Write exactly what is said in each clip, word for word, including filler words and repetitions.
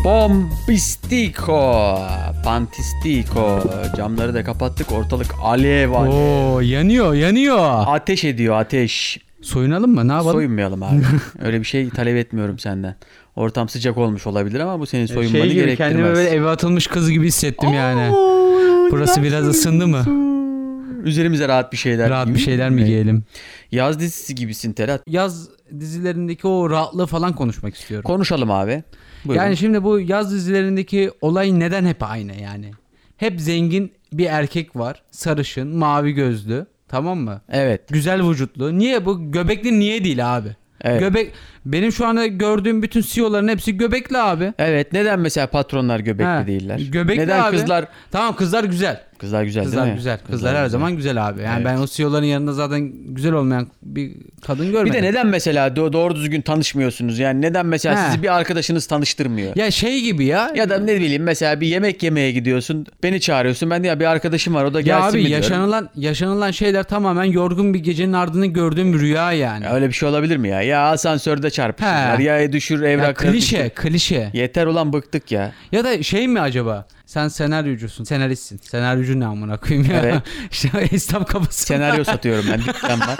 Bombistiko. Fantistico. Camları da kapattık. Ortalık alev alev. Oo, yanıyor yanıyor. Ateş ediyor ateş. Soyunalım mı? Ne yapalım? Soyunmayalım abi. Öyle bir şey talep etmiyorum senden. Ortam sıcak olmuş olabilir ama bu senin soyunmanı şey gibi, gerektirmez. Kendimi böyle eve atılmış kız gibi hissettim yani. Burası biraz ısındı mı? Üzerimize rahat bir şeyler. Rahat bir şeyler mi giyelim? Yaz dizisi gibisin Terat. Yaz dizilerindeki o rahatlığı falan konuşmak istiyorum. Konuşalım abi. Buyurun. Yani şimdi bu yaz dizilerindeki olay neden hep aynı yani? Hep zengin bir erkek var. Sarışın, mavi gözlü. Tamam mı? Evet. Güzel vücutlu. Niye bu? Göbekli niye değil abi? Evet. Göbek benim şu anda gördüğüm bütün C E O'ların hepsi göbekli abi. Evet. Neden mesela patronlar göbekli Ha, değiller? göbekli Neden abi. kızlar? Tamam, kızlar güzel. Kızlar güzel Kızlar değil mi? güzel. Kızlar, Kızlar her güzel. zaman güzel abi. Yani Evet. ben o C E O'ların yanında zaten güzel olmayan bir kadın görmedim. Bir de neden mesela do- doğru düzgün tanışmıyorsunuz? Yani neden mesela He. sizi bir arkadaşınız tanıştırmıyor? Ya şey gibi ya. Ya da ne bileyim mesela bir yemek yemeye gidiyorsun. Beni çağırıyorsun. Ben de ya bir arkadaşım var o da Ya gelsin abi mi diyorum. yaşanılan yaşanılan şeyler tamamen yorgun bir gecenin ardından gördüğüm bir rüya yani. Ya öyle bir şey olabilir mi ya? Ya asansörde çarpışırlar. He. Ya düşür Ya evrakları. klişe, düşür. klişe. Yeter ulan bıktık ya. Ya da şey mi acaba? Sen senaryocusun, senaristsin. Senaryocu ne amına koyayım ya. Evet. İşte esnaf kafası. Senaryo satıyorum ben dükkandan.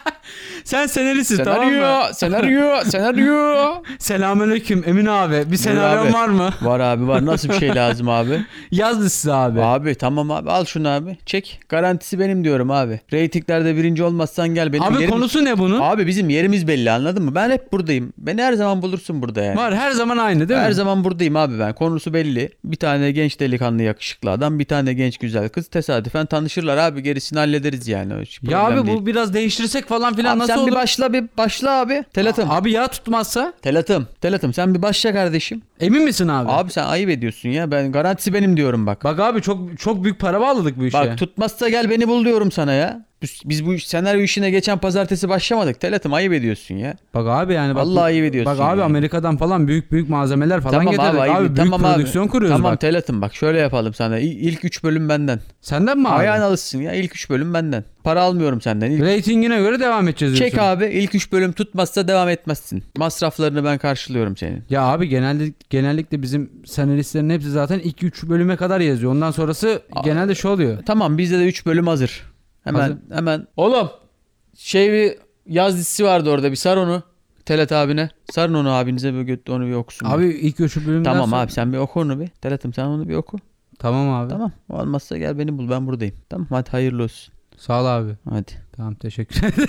Sen senaristsin, tamam mı? Senaryo, senaryo, senaryo. Selamünaleyküm Emin abi. Bir senaryon abi. var mı? Var abi var. Nasıl bir şey lazım abi? Yaz dizisi abi. Abi tamam abi al şunu abi. Çek. Garantisi benim diyorum abi. Reytinglerde birinci olmazsan gel. Benim Abi yerimiz... konusu ne bunun? Abi bizim yerimiz belli anladın mı? Ben hep buradayım. Beni her zaman bulursun burada yani. Var, her zaman aynı değil mi? Her zaman buradayım abi ben. Konusu belli. Bir tane genç delikanlı yakışıklı adam. Bir tane genç güzel kız. Tesadüfen tanışırlar abi. Gerisini hallederiz yani. Hiç Ya problem abi değil. bu biraz değiştirsek falan filan Abi nasıl sen olur? bir başla bir başla abi. Telatım. Abi ya tutmazsa? Telatım. Telatım. Sen bir başla kardeşim. Emin misin abi? Abi sen ayıp ediyorsun ya. Ben garantisi benim diyorum bak. Bak abi çok çok büyük para bağladık bu işe. Bak tutmazsa gel beni bul diyorum sana ya. Biz, biz bu iş- senaryo işine geçen pazartesi başlamadık. Telatım ayıp ediyorsun ya. Bak abi yani bak. Vallahi ayıp ediyorsun Bak abi yani. Amerika'dan falan büyük büyük malzemeler falan Tamam getirdik. abi, Abi, ayıp. büyük Tamam prodüksiyon abi. kuruyoruz Tamam bak. Telatım bak şöyle yapalım sana. İ- İlk üç bölüm benden. Senden mi abi? Ayağın alışsın ya. İlk üç bölüm benden. Para almıyorum senden. İlk... Ratingine göre devam edeceğiz diyorsun. Çek abi. İlk üç bölüm tutmazsa devam etmezsin. Masraflarını ben karşılıyorum senin. Ya abi genelde genellikle bizim senaristlerin hepsi zaten iki üç bölüme kadar yazıyor. Ondan sonrası Aa, genelde şey oluyor. Tamam bizde de üç bölüm hazır. Hemen Hazır. hemen. Oğlum şey bir yaz dizisi vardı orada bir sar onu. Telat abine. Sarın onu abinize bir götü onu bir okusun. Abi bir. ilk üç bölümden Tamam sonra... abi sen bir oku onu bir. Telat'ım sen onu bir oku. Tamam abi. Tamam. Olmazsa gel beni bul ben buradayım. Tamam hadi hayırlı olsun. Sağ ol abi. Hadi. Tamam, teşekkür ederim.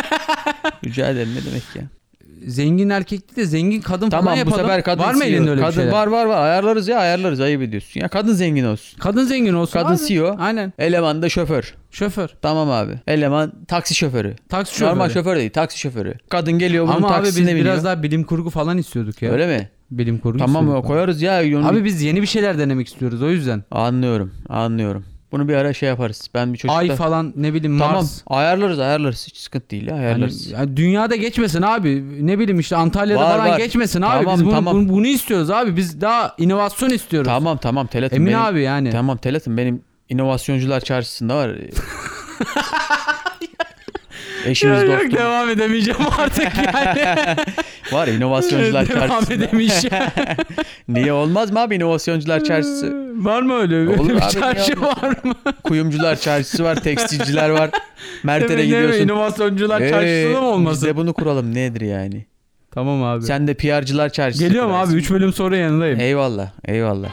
Rica ederim ne demek ya. Zengin erkekli de zengin kadın falan Tamam bu yapalım. sefer kadın var mı C E O. elinde öyle kadın, bir şeyler? Var var var ayarlarız ya ayarlarız ayıp ediyorsun. Ya kadın zengin olsun. Kadın zengin olsun Kadın abi. C E O. Aynen. Eleman da şoför. Şoför. Tamam abi. Eleman taksi şoförü. Taksi şoförü. Normal şoför değil taksi şoförü. Kadın geliyor bunun Ama abi biz taksisine biniyor. biraz daha bilim kurgu falan istiyorduk ya. Öyle mi? Bilim kurgu Tamam istiyorduk. koyarız ya. Onu... Abi biz yeni bir şeyler denemek istiyoruz o yüzden. Anlıyorum anlıyorum. Bunu bir ara şey yaparız. Ben bir çocukta... Ay falan, ne bileyim, Mars. Tamam ayarlarız ayarlarız. Hiç sıkıntı değil ya ayarlarız. Hani, yani dünyada geçmesin abi. Ne bileyim işte Antalya'da Var, falan var. geçmesin abi. Tamam, Biz bunu, tamam. bunu, bunu istiyoruz abi. Biz daha inovasyon istiyoruz. Tamam tamam Telat'ım Emin benim... abi yani. Tamam Telat'ım benim inovasyoncular çarşısında var. Eşimiz Yok, dostum. yok, devam edemeyeceğim artık yani. Var inovasyoncular Devam çarşısında. edemeyeceğim. Niye olmaz mı abi inovasyoncular çarşısı? Var mı öyle bir, Olur bir abi, çarşı niye var mı? Kuyumcular çarşısı var, tekstilciler var. Mert'e Değil mi, değil mi? gidiyorsun. İnovasyoncular Ee, çarşısı da mı olmasın? Biz de bunu kuralım nedir yani? Tamam abi. Sen de P R'cılar çarşısı Geliyorum kurarsın. abi, üç bölüm sonra yanındayım. Eyvallah eyvallah.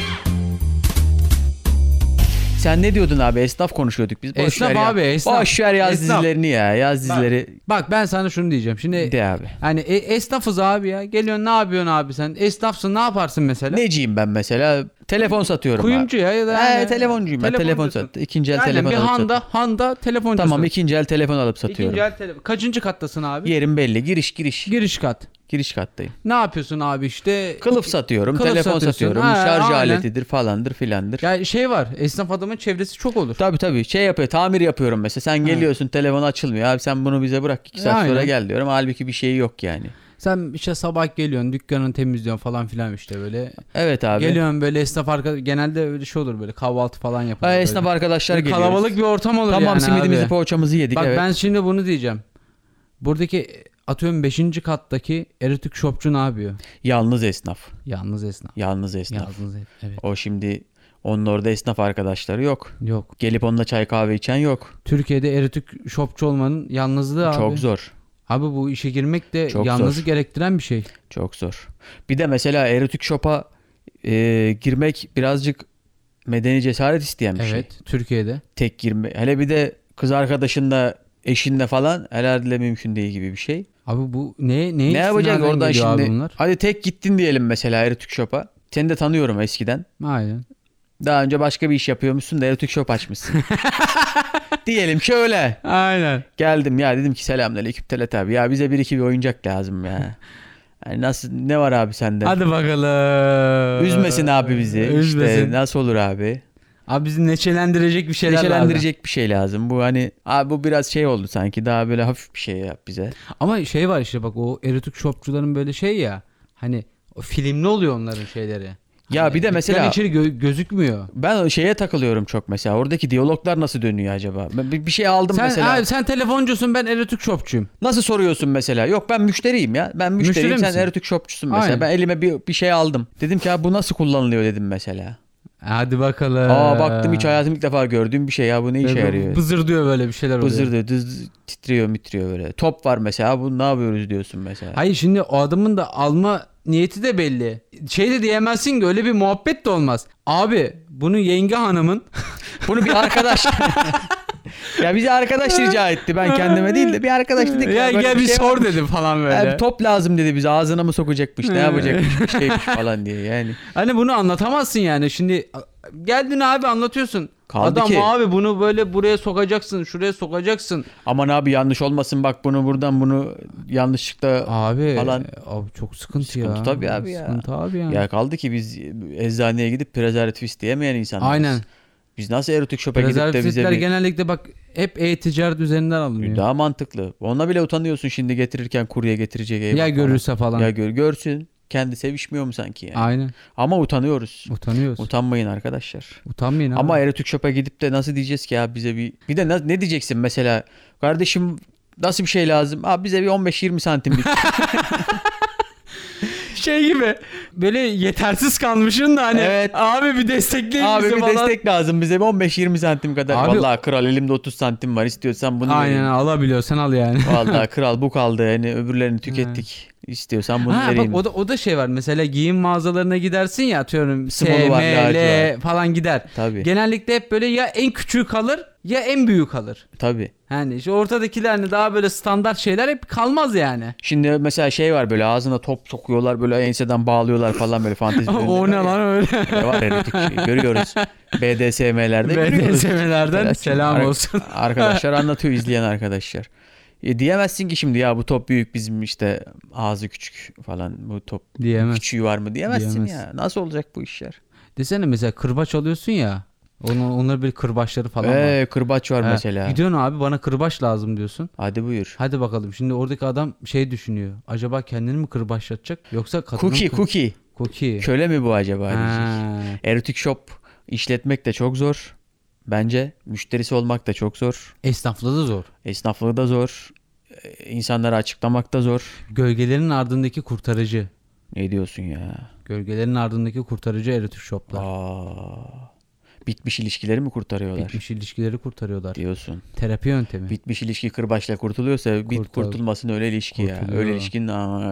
Sen ne diyordun abi? Esnaf konuşuyorduk biz. Boş Esnaf ver ya. abi, esnaf. Boş ver yaz Esnaf. dizilerini ya. Yaz dizileri Bak ben sana şunu diyeceğim. Şimdi de abi. hani e, esnafız abi ya. Geliyorsun, ne yapıyorsun abi sen? Esnafsın, ne yaparsın mesela? Neciyim ben mesela? Telefon satıyorum Kuyumcu abi. ya ya da He, yani- telefoncuyum ben. Telefon Telefoncusun. sattı. İkinci el Aynen, telefon bir alıp handa, satıyorum. handa telefoncusun. Tamam ikinci el telefon alıp satıyorum. İkinci el telefon. Kaçıncı kattasın abi? Yerim belli. Giriş giriş. Giriş kat. Giriş kattayım. Ne yapıyorsun abi işte? Kılıf satıyorum. Kılıf telefon satıyorsun. satıyorum. Ha, şarj aynen. aletidir falandır filandır. Ya şey var. Esnaf adamın çevresi çok olur. Tabii tabii. Şey yapıyor. Tamir yapıyorum mesela. Sen geliyorsun telefon açılmıyor. Abi sen bunu bize bırak. iki saat Aynen. sonra gel diyorum. Halbuki bir şey yok yani. Sen işte sabah geliyorsun, dükkanını temizliyorsun falan filan işte böyle. Evet abi. Geliyorsun böyle esnaf arka, genelde öyle şey olur böyle, kahvaltı falan yapılır. Ha, böyle. esnaf arkadaşlar Böyle geliyoruz. kalabalık bir ortam olur Tamam yani simidimizi abi. poğaçamızı yedik. Bak evet. ben şimdi bunu diyeceğim. Buradaki atıyorum beşinci kattaki erotik shopçu ne yapıyor? Yalnız esnaf. Yalnız esnaf. Yalnız esnaf. Yalnız esnaf. Evet. O şimdi onun orada esnaf arkadaşları yok. Yok. Gelip onunla çay kahve içen yok. Türkiye'de erotik shopçu olmanın yalnızlığı abi. Çok zor. Abi bu işe girmek de Çok yalnızlık zor. gerektiren bir şey. Çok zor. Bir de mesela erotik shop'a e, girmek birazcık medeni cesaret isteyen bir şey. Evet. Türkiye'de. Tek girme. Hele bir de kız arkadaşınla, eşinle falan herhalde mümkün değil gibi bir şey. Abi bu ne ne Ne yapacak oradan geliyor şimdi? abi bunlar? Hadi tek gittin diyelim mesela erotik shop'a. Seni de tanıyorum eskiden. Aynen. Daha önce başka bir iş yapıyormuşsun da erotik shop açmışsın. Diyelim ki öyle. Aynen. Geldim ya dedim ki selamünaleyküm Telet abi. Ya bize bir iki bir oyuncak lazım ya. Yani nasıl ne var abi sende? Hadi bakalım. Üzmesin abi bizi. Üzmesin. İşte nasıl olur abi? Abi bizi neşelendirecek bir şeyler lazım. Neşelendirecek bir şey lazım. Bu hani abi bu biraz şey oldu sanki. Daha böyle hafif bir şey yap bize. Ama şey var işte bak o erotik shopçuların böyle şey ya. Hani o filmli oluyor onların şeyleri. Ya Hani bir de dükkan mesela içeri gö- gözükmüyor. ben o şeye takılıyorum çok mesela. Oradaki diyaloglar nasıl dönüyor acaba? Ben bir, bir şey aldım Sen mesela. abi sen telefoncusun, ben erotik shopçuyum. Nasıl soruyorsun mesela? Yok ben müşteriyim ya. Ben müşteriyim, Müşteri sen misin? erotik shopçusun mesela. Aynen. Ben elime bir, bir şey aldım. Dedim ki abi bu nasıl kullanılıyor dedim mesela. Hadi bakalım. Aa baktım hiç hayatım ilk defa gördüğüm bir şey ya bu ne işe Böyle yarıyor? Bızır diyor böyle bir şeyler oluyor. Bızır diyor, dız, titriyor mitriyor böyle. Top var mesela bu ne yapıyoruz diyorsun mesela. Hayır şimdi o adamın da alma niyeti de belli. Şey de diyemezsin ki, öyle bir muhabbet de olmaz. Abi bunu yenge hanımın Bunu bir arkadaş ya bize arkadaş rica etti. Ben kendime değil de bir arkadaş dedik. ya böyle gel bir şey sor varmış. dedim falan böyle. Ya bir top lazım dedi bize ağzına mı sokacakmış ne yapacakmış bir şeymiş falan diye yani. Hani bunu anlatamazsın yani. Şimdi geldin abi anlatıyorsun. Kaldı Adam ki- abi bunu böyle buraya sokacaksın, şuraya sokacaksın. Aman abi yanlış olmasın bak bunu buradan bunu yanlışlıkla Abi, falan. abi çok sıkıntı, Sıkıntı ya. tabii abi ya. Sıkıntı abi ya. Ya kaldı ki biz eczaneye gidip prezervatif isteyemeyen insanlarız. Aynen. Biz nasıl erotik shop'a gidip de bize Prezervatifler bir... genellikle bak hep e-ticaret üzerinden alınıyor. Daha mantıklı. Onunla bile utanıyorsun şimdi getirirken kurye getirecek. eyvah Ya falan. görürse falan. Ya gör, görsün. Kendi sevişmiyor mu sanki yani? Aynen. Ama utanıyoruz. Utanıyoruz. Utanmayın arkadaşlar. Utanmayın abi. Ama erotik shop'a gidip de nasıl diyeceğiz ki ya bize bir... Bir de ne, ne diyeceksin mesela? Kardeşim nasıl bir şey lazım? Abi bize bir on beş yirmi santimlik. şey gibi böyle yetersiz kalmışsın da hani Evet. abi bir destekleyin Abi bizi bir falan. destek lazım bize bir on beş yirmi santim kadar. Abi- Vallahi kral elimde otuz santim var istiyorsan bunu Aynen vereyim. alabiliyorsan al yani. Vallahi kral bu kaldı yani öbürlerini tükettik. İstiyorsan bunu Ha vereyim. bak o da o da şey var. Mesela giyim mağazalarına gidersin ya, atıyorum S, Small'u var, M, large'ı L falan gider. Tabii. Genellikle hep böyle ya en küçüğü kalır ya en büyüğü kalır. Tabii. Yani işte ortadakiler hani daha böyle standart şeyler hep kalmaz yani. Şimdi mesela şey var böyle ağzına top sokuyorlar böyle enseden bağlıyorlar falan böyle fantezi filmleri. o ne lan öyle? Ne var erotik şey görüyoruz. B D S M'lerde görüyoruz. B D S M'lerden Selam selam Ar- olsun. Arkadaşlar anlatıyor izleyen arkadaşlar. E, diyemezsin ki şimdi ya bu top büyük bizim işte ağzı küçük falan bu top Diyemez. küçüğü var mı diyemezsin Diyemez. ya. Nasıl olacak bu işler? Desene mesela kırbaç alıyorsun ya. Onun, onların bir kırbaçları falan var. Ee, kırbaç var Ha, mesela. Gidiyorsun abi bana kırbaç lazım diyorsun. Hadi buyur. Hadi bakalım. Şimdi oradaki adam şey düşünüyor. Acaba kendini mi kırbaçlatacak yoksa kadını Cookie mı? cookie. Cookie. Köle mi bu acaba diyecek. Ha. Erotik shop işletmek de çok zor. Bence müşterisi olmak da çok zor. Esnaflığı da zor. Esnaflığı da zor. e, İnsanlara açıklamak da zor. Gölgelerin ardındaki kurtarıcı. Ne diyorsun ya? Gölgelerin ardındaki kurtarıcı erotik shoplar. Aa, bitmiş ilişkileri mi kurtarıyorlar? Bitmiş ilişkileri kurtarıyorlar. Diyorsun. Terapi yöntemi. Bitmiş ilişki kırbaçla kurtuluyorsa bit Kurtul- kurtulmasın öyle ilişki ya. Kurtuluyor. Öyle ilişkinin aa.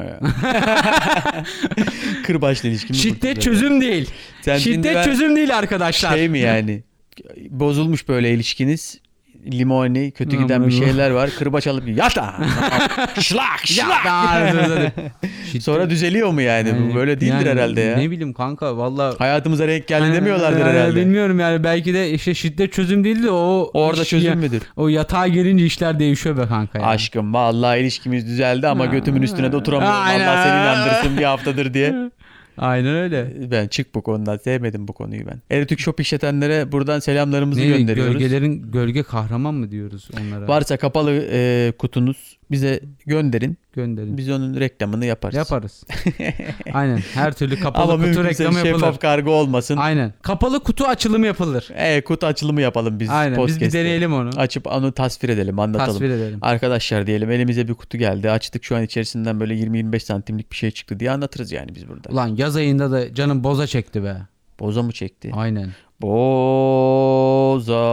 Kırbaçla ilişki mi Şiddet kurtuluyor? çözüm değil. Sen şimdi Şiddet ben- çözüm değil arkadaşlar. Şey mi yani? Bozulmuş böyle ilişkiniz. Limoni, kötü giden bir şeyler var. Kırbaç alıp yata. Şlak Ya şlak. daha özür dilerim. Şiddet- Sonra düzeliyor mu yani? Yani- Bu böyle değildir yani herhalde ya. Ne bileyim kanka valla. Hayatımıza renk geldi demiyorlardır Yani herhalde. Bilmiyorum yani belki de işte şiddet çözüm değil de o Orada iş- çözüm ya- müdür? O yatağa gelince işler değişiyor be kanka ya. Aşkım vallahi ilişkimiz düzeldi ama Ha. götümün üstüne de oturamıyorum. Aynen. Allah seni inandırsın bir haftadır diye. Aynen öyle. Ben çık bu konudan, sevmedim bu konuyu ben. Eritük Shop işletenlere buradan selamlarımızı Ne, gönderiyoruz. gölgelerin gölge kahraman mı diyoruz onlara? Varsa kapalı e, kutunuz bize gönderin. Gönderin. Biz onun reklamını yaparız. Yaparız. Aynen. Her türlü kapalı Ama kutu mümkünse reklamı yapılır. şeffaf kargo olmasın. Aynen. Kapalı kutu açılımı yapılır. E, kutu açılımı yapalım biz Aynen. Biz podcast'te. bir deneyelim onu. Açıp onu tasvir edelim, anlatalım. Tasvir edelim. Arkadaşlar diyelim, elimize bir kutu geldi. Açtık, şu an içerisinden böyle yirmi yirmi beş santimlik bir şey çıktı diye anlatırız yani biz burada. Ulan yaz ayında da canım boza çekti be. Boza mı çekti? Aynen. Boza.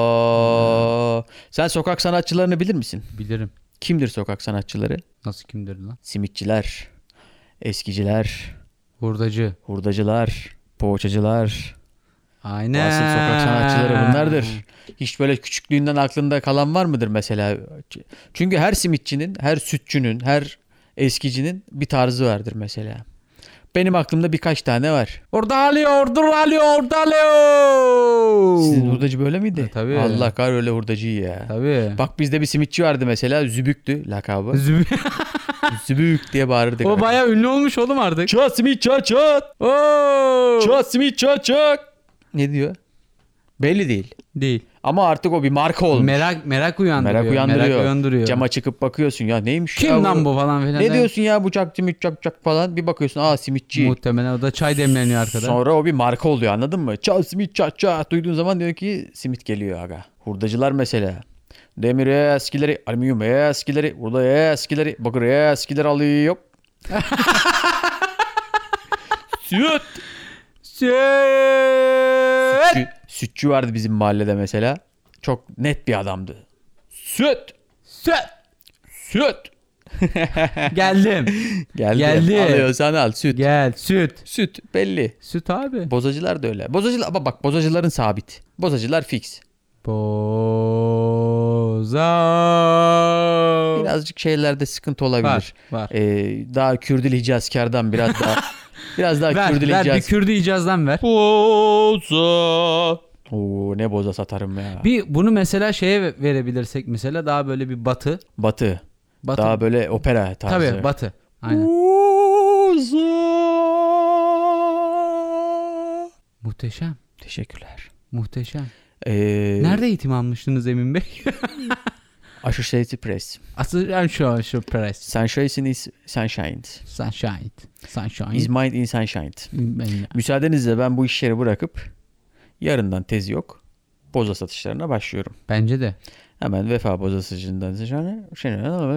Sen sokak sanatçılarını bilir misin? Bilirim. Kimdir sokak sanatçıları? Nasıl kimdir lan? Simitçiler, eskiciler, Hurdacı. hurdacılar, poğaçacılar. Aynen. Asıl sokak sanatçıları bunlardır. Hiç böyle küçüklüğünden aklında kalan var mıdır mesela? Çünkü her simitçinin, her sütçünün, her eskicinin bir tarzı vardır mesela. Benim aklımda birkaç tane var. Orada alıyor, orada alıyor, orada alıyor. Sizin hurdacı böyle miydi? E, tabii. Allah kar öyle hurdacıyı ya. Tabii. Bak bizde bir simitçi vardı mesela, Zübüktü lakabı. Zübü- Zübük diye bağırırdık. o bayağı ünlü olmuş oğlum artık. Çat simit çat çat. Oo. Çat simit çat çat. Ne diyor? Belli değil. Değil. Ama artık o bir marka olmuş. Merak merak uyandırıyor. Merak uyandırıyor. Merak uyandırıyor. Cama çıkıp bakıyorsun, ya neymiş Kim ya lan bu falan filan. Ne diyorsun ya, bu çak simit çak çak falan. Bir bakıyorsun, aa simitçi. Muhtemelen o da çay demleniyor arkada. Sonra o bir marka oluyor, anladın mı? Çat simit çat çat duyduğun zaman diyor ki simit geliyor aga. Hurdacılar mesela. Demir eskileri, alüminyum eskileri, burada eskileri, bakır eskileri alıyor. Süt. Süt. Sütçü, sütçü vardı bizim mahallede mesela. Çok net bir adamdı. Süt. Süt. Süt. Geldim. Geldi. Geldi. Alıyorsan al süt. Gel süt. Süt belli. Süt abi. Bozacılar da öyle. Bozacılar ama bak, bozacıların sabit. Bozacılar fix. Boza. Birazcık şeylerde sıkıntı olabilir. Var. Var. Ee, daha Kürdül Hicazkar'dan biraz daha biraz daha ver, Kürdül ver bir Hicaz. Kürdü icazdan ver. Boza. Oo, ne boza satarım ya. Bir bunu mesela şeye verebilirsek mesela daha böyle bir batı. Batı. Batı. Daha böyle opera tarzı. Tabii batı. Aynen. Boza. Muhteşem. Teşekkürler. Muhteşem. Ee, Nerede eğitim almıştınız Emin Bey? Associated Press. Asıl ben şu an şu press. Sunshine is sunshine. Sunshine. Sunshine. Is mind in sunshine. Ben- Müsaadenizle ben bu işleri bırakıp yarından tezi yok, boza satışlarına başlıyorum. Bence de. Hemen Vefa Bozacı'ndan şey,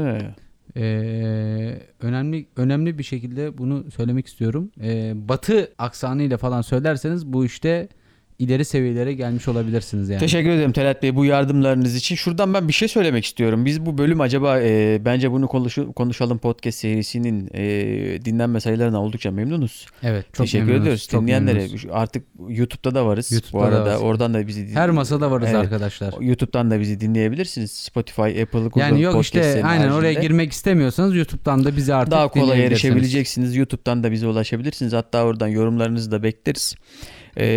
Ee, önemli önemli bir şekilde bunu söylemek istiyorum. Ee, batı aksanıyla falan söylerseniz bu işte ileri seviyelere gelmiş olabilirsiniz yani. Teşekkür ederim Talat Bey bu yardımlarınız için. Şuradan ben bir şey söylemek istiyorum. Biz bu bölüm acaba e, bence bunu konuşu, konuşalım podcast serisinin e, dinlenme sayılarına oldukça memnunuz. Evet. Çok Teşekkür memnunuz, ediyoruz. çok Dinleyenlere memnunuz. artık YouTube'da da varız. YouTube'da bu da arada varız. oradan da bizi din- Her masada varız Evet. arkadaşlar. YouTube'dan da bizi dinleyebilirsiniz. Spotify, Apple, Google Yani yok işte podcastlerin aynen oraya haricinde. girmek istemiyorsanız YouTube'dan da bizi artık Daha kolay dinleyebilirsiniz. erişebileceksiniz. YouTube'dan da bize ulaşabilirsiniz. Hatta oradan yorumlarınızı da bekleriz. Ee,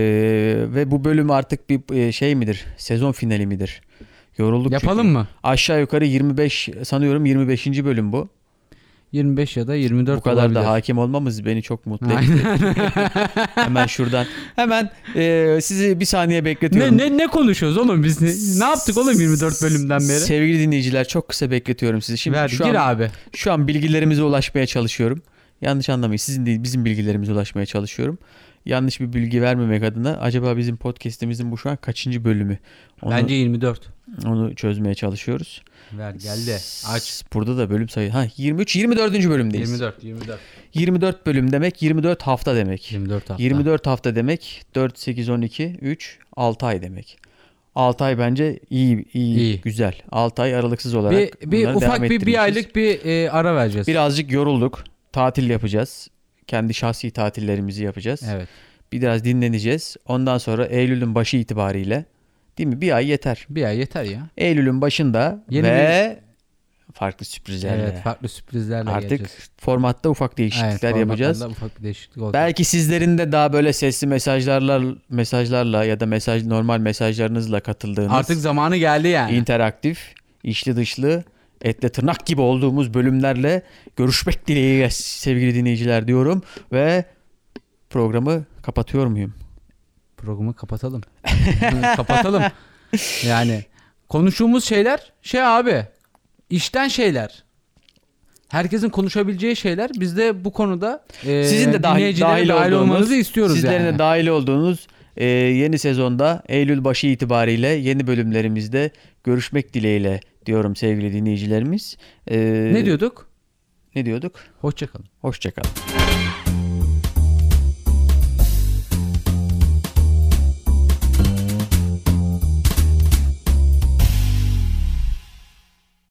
ve bu bölüm artık bir e, şey midir? Sezon finali midir? Yorulduk Yapalım çünkü. mı? Aşağı yukarı yirmi beş sanıyorum yirmi beşinci bölüm bu. yirmi beş ya da yirmi dört Bu kadar olabilir. da hakim olmamız beni çok mutlu etti. Aynen. Hemen şuradan. Hemen e, sizi bir saniye bekletiyorum. ne, ne, ne konuşuyoruz oğlum biz? Ne, ne yaptık oğlum yirmi dört bölümden beri? Sevgili dinleyiciler, çok kısa bekletiyorum sizi. Şimdi Ver, şu gir an, abi. Şu an bilgilerimize ulaşmaya çalışıyorum. Yanlış anlamayın. Sizin değil, bizim bilgilerimize ulaşmaya çalışıyorum. Yanlış bir bilgi vermemek adına acaba bizim podcast'imizin bu şu an kaçıncı bölümü? Onu, Bence yirmi dört. onu çözmeye çalışıyoruz. Ver geldi. Aç. Burada da bölüm sayı. Ha yirmi üç yirmi dördüncü bölümdeyiz. yirmi dört yirmi dört. yirmi dört bölüm demek yirmi dört hafta demek. yirmi dört hafta. yirmi dört hafta demek dört sekiz on iki üç altı ay demek. altı ay bence iyi, iyi, İyi. güzel. altı ay aralıksız olarak Bir, bir bunları ufak devam bir bir ettirmişiz. aylık bir e, ara vereceğiz. Birazcık yorulduk. Tatil yapacağız. Kendi şahsi tatillerimizi yapacağız. Evet. Biraz dinleneceğiz. Ondan sonra Eylül'ün başı itibariyle, değil mi? Bir ay yeter. Bir ay yeter ya. Eylül'ün başında Yeni ve farklı sürprizlerle. Evet, farklı sürprizlerle Artık geleceğiz. formatta ufak değişiklikler Evet, yapacağız. formatlarda ufak bir değişiklik olacak. Belki sizlerin de daha böyle sesli mesajlarla mesajlarla ya da mesaj normal mesajlarınızla katıldığınız Artık zamanı geldi yani. interaktif, içli dışlı, etle tırnak gibi olduğumuz bölümlerle görüşmek dileğiyle sevgili dinleyiciler diyorum ve programı kapatıyor muyum? Programı kapatalım. Kapatalım. Yani konuştuğumuz şeyler şey abi, işten şeyler. Herkesin konuşabileceği şeyler. Biz de bu konuda e, Sizin de dahil, dinleyicilere dahil, dahil olduğunuz, olmanızı istiyoruz sizlerin yani. de dahil olduğunuz e, yeni sezonda Eylül başı itibariyle yeni bölümlerimizde görüşmek dileğiyle diyorum sevgili dinleyicilerimiz. E, Ne diyorduk? Ne diyorduk? Hoşça kalın. Hoşça kalın.